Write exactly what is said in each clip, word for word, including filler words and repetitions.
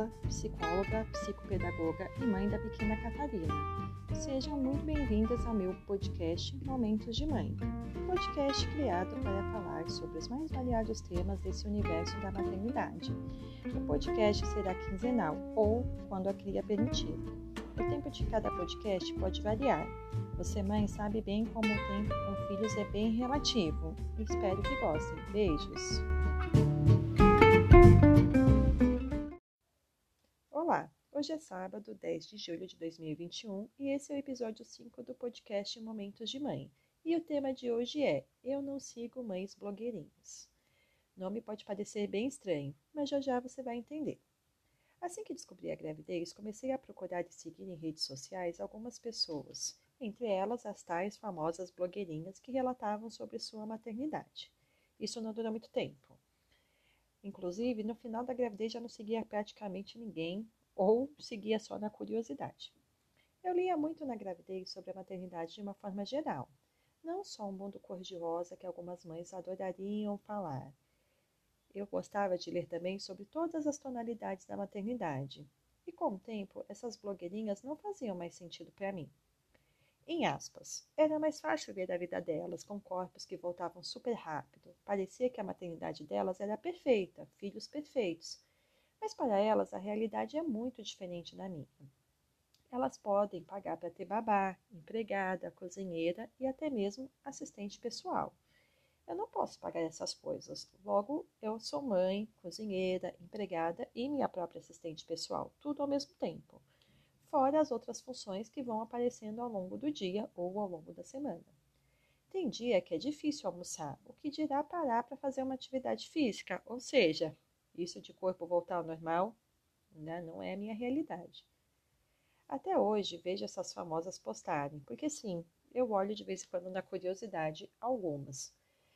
Camila, psicóloga, psicopedagoga e mãe da pequena Catarina. Sejam muito bem-vindas ao meu podcast Momentos de Mãe, um podcast criado para falar sobre os mais variados temas desse universo da maternidade. O podcast será quinzenal ou quando a cria permitir. O tempo de cada podcast pode variar. Você, mãe, sabe bem como o tempo com filhos é bem relativo. Espero que gostem. Beijos! Olá, hoje é sábado, dez de julho de dois mil e vinte e um e esse é o episódio cinco do podcast Momentos de Mãe. E o tema de hoje é Eu não sigo mães blogueirinhas. O nome pode parecer bem estranho, mas já já você vai entender. Assim que descobri a gravidez, comecei a procurar e seguir em redes sociais algumas pessoas, entre elas as tais famosas blogueirinhas que relatavam sobre sua maternidade. Isso não durou muito tempo. Inclusive, no final da gravidez já não seguia praticamente ninguém ou seguia só na curiosidade. Eu lia muito na gravidez sobre a maternidade de uma forma geral, não só um mundo cor-de-rosa que algumas mães adorariam falar. Eu gostava de ler também sobre todas as tonalidades da maternidade. E com o tempo, essas blogueirinhas não faziam mais sentido para mim. Em aspas, era mais fácil ver a vida delas com corpos que voltavam super rápido. Parecia que a maternidade delas era perfeita, filhos perfeitos. Mas para elas a realidade é muito diferente da minha. Elas podem pagar para ter babá, empregada, cozinheira e até mesmo assistente pessoal. Eu não posso pagar essas coisas. Logo, eu sou mãe, cozinheira, empregada e minha própria assistente pessoal, tudo ao mesmo tempo. Fora as outras funções que vão aparecendo ao longo do dia ou ao longo da semana. Tem dia que é difícil almoçar, o que dirá parar para fazer uma atividade física, ou seja, isso de corpo voltar ao normal, né, não é a minha realidade. Até hoje vejo essas famosas postarem, porque sim, eu olho de vez em quando na curiosidade algumas.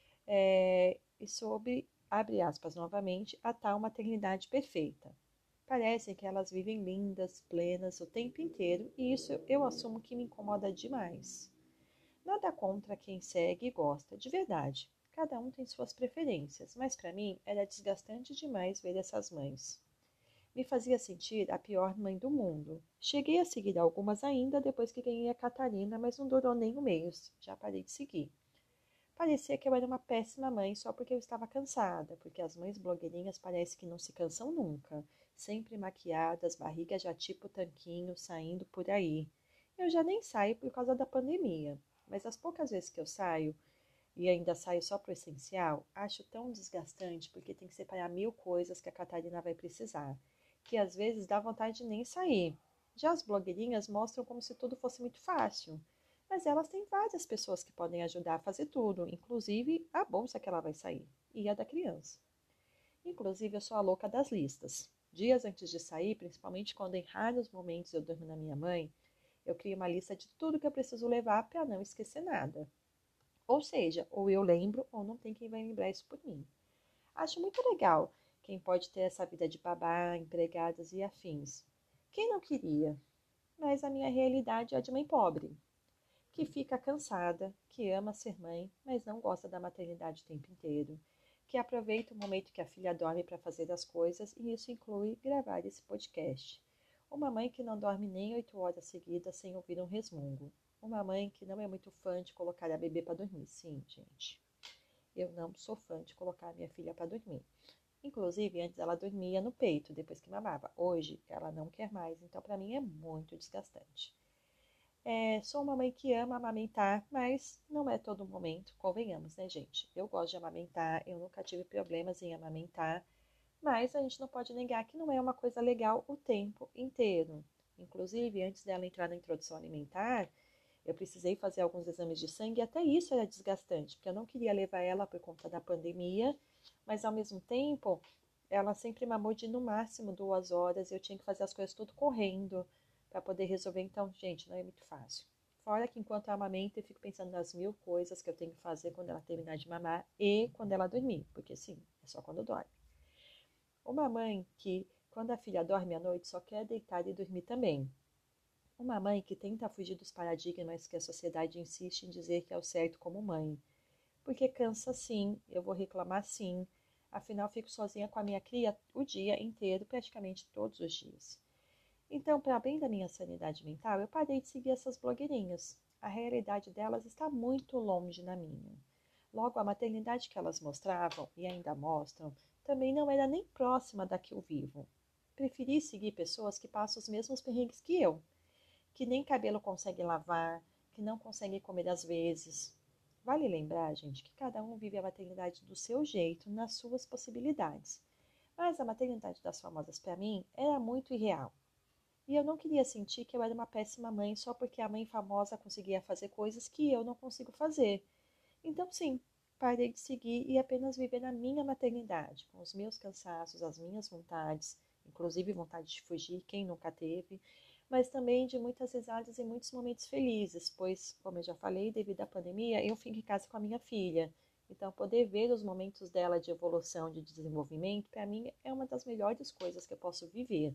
É, e sobre, abre aspas novamente, a tal maternidade perfeita. Parecem que elas vivem lindas, plenas o tempo inteiro e isso eu assumo que me incomoda demais. Nada contra quem segue e gosta, de verdade. Cada um tem suas preferências, mas para mim era desgastante demais ver essas mães. Me fazia sentir a pior mãe do mundo. Cheguei a seguir algumas ainda depois que ganhei a Catarina, mas não durou nem um mês. Já parei de seguir. Parecia que eu era uma péssima mãe só porque eu estava cansada, porque as mães blogueirinhas parecem que não se cansam nunca, sempre maquiadas, barriga já tipo tanquinho, saindo por aí. Eu já nem saio por causa da pandemia, mas as poucas vezes que eu saio, e ainda saio só pro essencial, acho tão desgastante porque tem que separar mil coisas que a Catarina vai precisar, que às vezes dá vontade de nem sair. Já as blogueirinhas mostram como se tudo fosse muito fácil. Mas elas têm várias pessoas que podem ajudar a fazer tudo, inclusive a bolsa que ela vai sair e a da criança. Inclusive, eu sou a louca das listas. Dias antes de sair, principalmente quando em raros momentos eu durmo na minha mãe, eu crio uma lista de tudo que eu preciso levar para não esquecer nada. Ou seja, ou eu lembro ou não tem quem vai lembrar isso por mim. Acho muito legal quem pode ter essa vida de babá, empregadas e afins. Quem não queria? Mas a minha realidade é a de mãe pobre, que fica cansada, que ama ser mãe, mas não gosta da maternidade o tempo inteiro, que aproveita o momento que a filha dorme para fazer as coisas, e isso inclui gravar esse podcast. Uma mãe que não dorme nem oito horas seguidas sem ouvir um resmungo. Uma mãe que não é muito fã de colocar a bebê para dormir. Sim, gente, eu não sou fã de colocar a minha filha para dormir. Inclusive, antes ela dormia no peito, depois que mamava. Hoje, ela não quer mais, então para mim é muito desgastante. É, sou uma mãe que ama amamentar, mas não é todo momento, convenhamos, né, gente? Eu gosto de amamentar, eu nunca tive problemas em amamentar, mas a gente não pode negar que não é uma coisa legal o tempo inteiro. Inclusive, antes dela entrar na introdução alimentar, eu precisei fazer alguns exames de sangue e até isso era desgastante, porque eu não queria levar ela por conta da pandemia, mas ao mesmo tempo, ela sempre mamou de no máximo duas horas, eu tinha que fazer as coisas tudo correndo, para poder resolver. Então, gente, não é muito fácil. Fora que enquanto eu amamento, eu fico pensando nas mil coisas que eu tenho que fazer quando ela terminar de mamar e quando ela dormir, porque sim, é só quando dorme. Uma mãe que, quando a filha dorme à noite, só quer deitar e dormir também. Uma mãe que tenta fugir dos paradigmas que a sociedade insiste em dizer que é o certo como mãe. Porque cansa sim, eu vou reclamar sim, Afinal, fico sozinha com a minha cria o dia inteiro, praticamente todos os dias. Então, para bem da minha sanidade mental, eu parei de seguir essas blogueirinhas. A realidade delas está muito longe da minha. Logo, a maternidade que elas mostravam, e ainda mostram, também não era nem próxima da que eu vivo. Preferi seguir pessoas que passam os mesmos perrengues que eu, que nem cabelo consegue lavar, que não consegue comer às vezes. Vale lembrar, gente, que cada um vive a maternidade do seu jeito, nas suas possibilidades. Mas a maternidade das famosas, para mim, era muito irreal. E eu não queria sentir que eu era uma péssima mãe só porque a mãe famosa conseguia fazer coisas que eu não consigo fazer. Então, sim, parei de seguir e apenas viver na minha maternidade, com os meus cansaços, as minhas vontades, inclusive vontade de fugir, quem nunca teve, mas também de muitas risadas e muitos momentos felizes, pois, como eu já falei, devido à pandemia, eu fico em casa com a minha filha. Então, poder ver os momentos dela de evolução, de desenvolvimento, para mim é uma das melhores coisas que eu posso viver.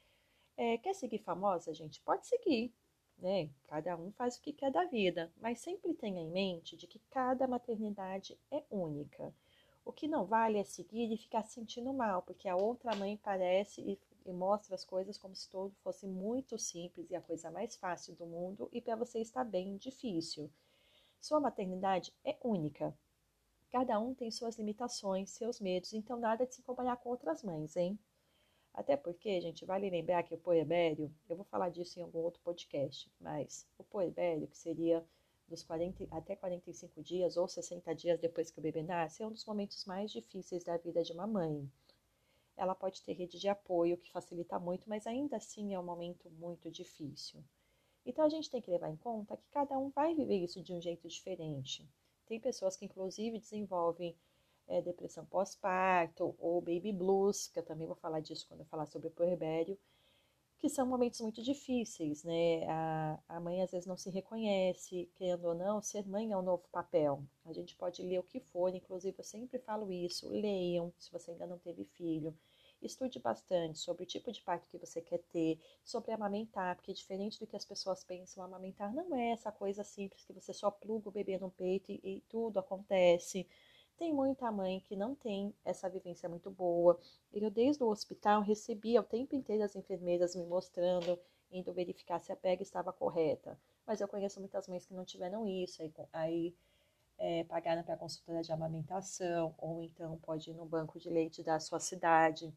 É, quer seguir famosa, gente? Pode seguir, né? Cada um faz o que quer da vida, mas sempre tenha em mente de que cada maternidade é única. O que não vale é seguir e ficar se sentindo mal, porque a outra mãe parece e, e mostra as coisas como se tudo fosse muito simples e a coisa mais fácil do mundo, e para você está bem difícil. Sua maternidade é única. Cada um tem suas limitações, seus medos, então nada de se comparar com outras mães, hein? Até porque, gente, vale lembrar que o puerpério, eu vou falar disso em algum outro podcast, mas o puerpério, que seria dos quarenta até quarenta e cinco dias ou sessenta dias depois que o bebê nasce, é um dos momentos mais difíceis da vida de uma mãe. Ela pode ter rede de apoio, que facilita muito, mas ainda assim é um momento muito difícil. Então a gente tem que levar em conta que cada um vai viver isso de um jeito diferente. Tem pessoas que inclusive desenvolvem é, depressão pós-parto ou baby blues, que eu também vou falar disso quando eu falar sobre o puerpério, que são momentos muito difíceis, né? A, a mãe às vezes não se reconhece, querendo ou não, ser mãe é um novo papel. A gente pode ler o que for, inclusive eu sempre falo isso, leiam, se você ainda não teve filho. Estude bastante sobre o tipo de parto que você quer ter, sobre amamentar, porque diferente do que as pessoas pensam, amamentar não é essa coisa simples que você só pluga o bebê no peito e, e tudo acontece. Tem muita mãe que não tem essa vivência muito boa. Eu, desde o hospital, recebia o tempo inteiro as enfermeiras me mostrando, indo verificar se a pega estava correta. Mas eu conheço muitas mães que não tiveram isso, aí, aí é, pagaram para a consultora de amamentação, ou então pode ir no banco de leite da sua cidade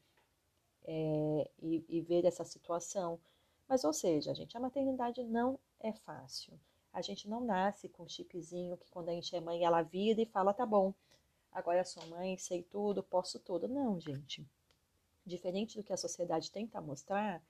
é, e, e ver essa situação. Mas, ou seja, gente, a maternidade não é fácil. A gente não nasce com um chipzinho que quando a gente é mãe, ela vira e fala, tá bom, agora sou mãe, sei tudo, posso tudo. Não, gente. Diferente do que a sociedade tenta mostrar,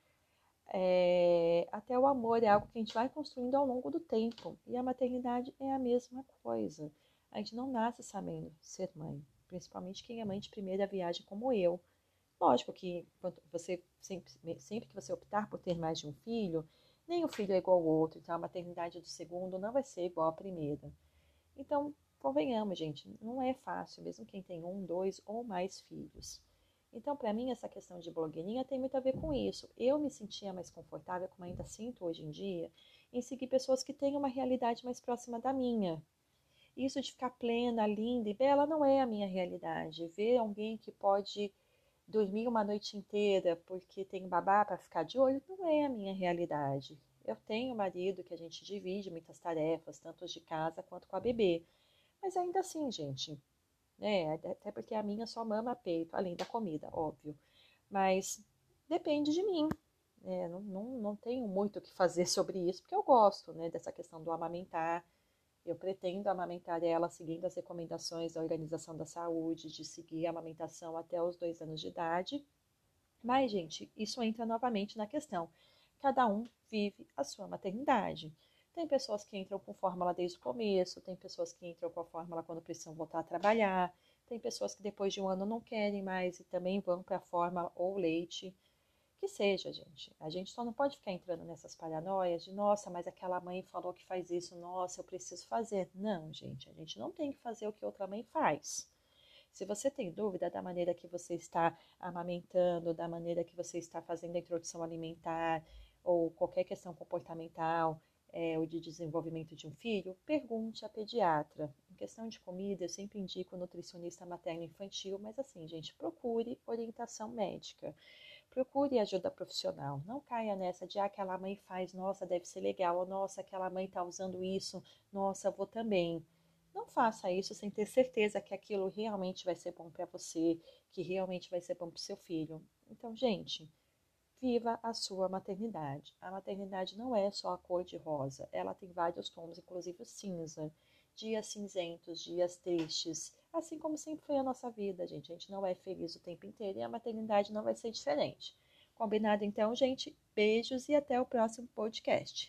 é, até o amor é algo que a gente vai construindo ao longo do tempo. E a maternidade é a mesma coisa. A gente não nasce sabendo ser mãe, principalmente quem é mãe de primeira viagem como eu. Lógico que você sempre, sempre que você optar por ter mais de um filho, nem o filho é igual ao outro, então a maternidade do segundo não vai ser igual à primeira. Então, convenhamos, gente, não é fácil, mesmo quem tem um, dois ou mais filhos. Então, para mim, essa questão de blogueirinha tem muito a ver com isso. Eu me sentia mais confortável, como ainda sinto hoje em dia, em seguir pessoas que têm uma realidade mais próxima da minha. Isso de ficar plena, linda e bela não é a minha realidade. Ver alguém que pode dormir uma noite inteira porque tem babá para ficar de olho não é a minha realidade. Eu tenho um marido que a gente divide muitas tarefas, tanto de casa quanto com a bebê. Mas ainda assim, gente, né? Até porque a minha só mama peito, além da comida, óbvio. Mas depende de mim. Né? Não, não, não tenho muito o que fazer sobre isso, porque eu gosto, né, dessa questão do amamentar. Eu pretendo amamentar ela seguindo as recomendações da Organização da Saúde, de seguir a amamentação até os dois anos de idade. Mas, gente, isso entra novamente na questão. Cada um vive a sua maternidade. Tem pessoas que entram com fórmula desde o começo, tem pessoas que entram com a fórmula quando precisam voltar a trabalhar, tem pessoas que depois de um ano não querem mais e também vão para a fórmula ou leite. Que seja, gente. A gente só não pode ficar entrando nessas paranoias de, nossa, mas aquela mãe falou que faz isso, nossa, eu preciso fazer. Não, gente, a gente não tem que fazer o que outra mãe faz. Se você tem dúvida da maneira que você está amamentando, da maneira que você está fazendo a introdução alimentar, ou qualquer questão comportamental, é, ou de desenvolvimento de um filho, pergunte à pediatra. questão de comida, eu sempre indico nutricionista materno-infantil, mas assim, gente, procure orientação médica. Procure ajuda profissional. Não caia nessa de ah, aquela mãe faz, nossa, deve ser legal, ou nossa, aquela mãe está usando isso, nossa, vou também. Não faça isso sem ter certeza que aquilo realmente vai ser bom para você, que realmente vai ser bom para o seu filho. Então, gente, viva a sua maternidade. A maternidade não é só a cor de rosa, ela tem vários tons, inclusive o cinza. Dias cinzentos, dias tristes, assim como sempre foi a nossa vida, gente. A gente não é feliz o tempo inteiro e a maternidade não vai ser diferente. Combinado então, gente? Beijos e até o próximo podcast.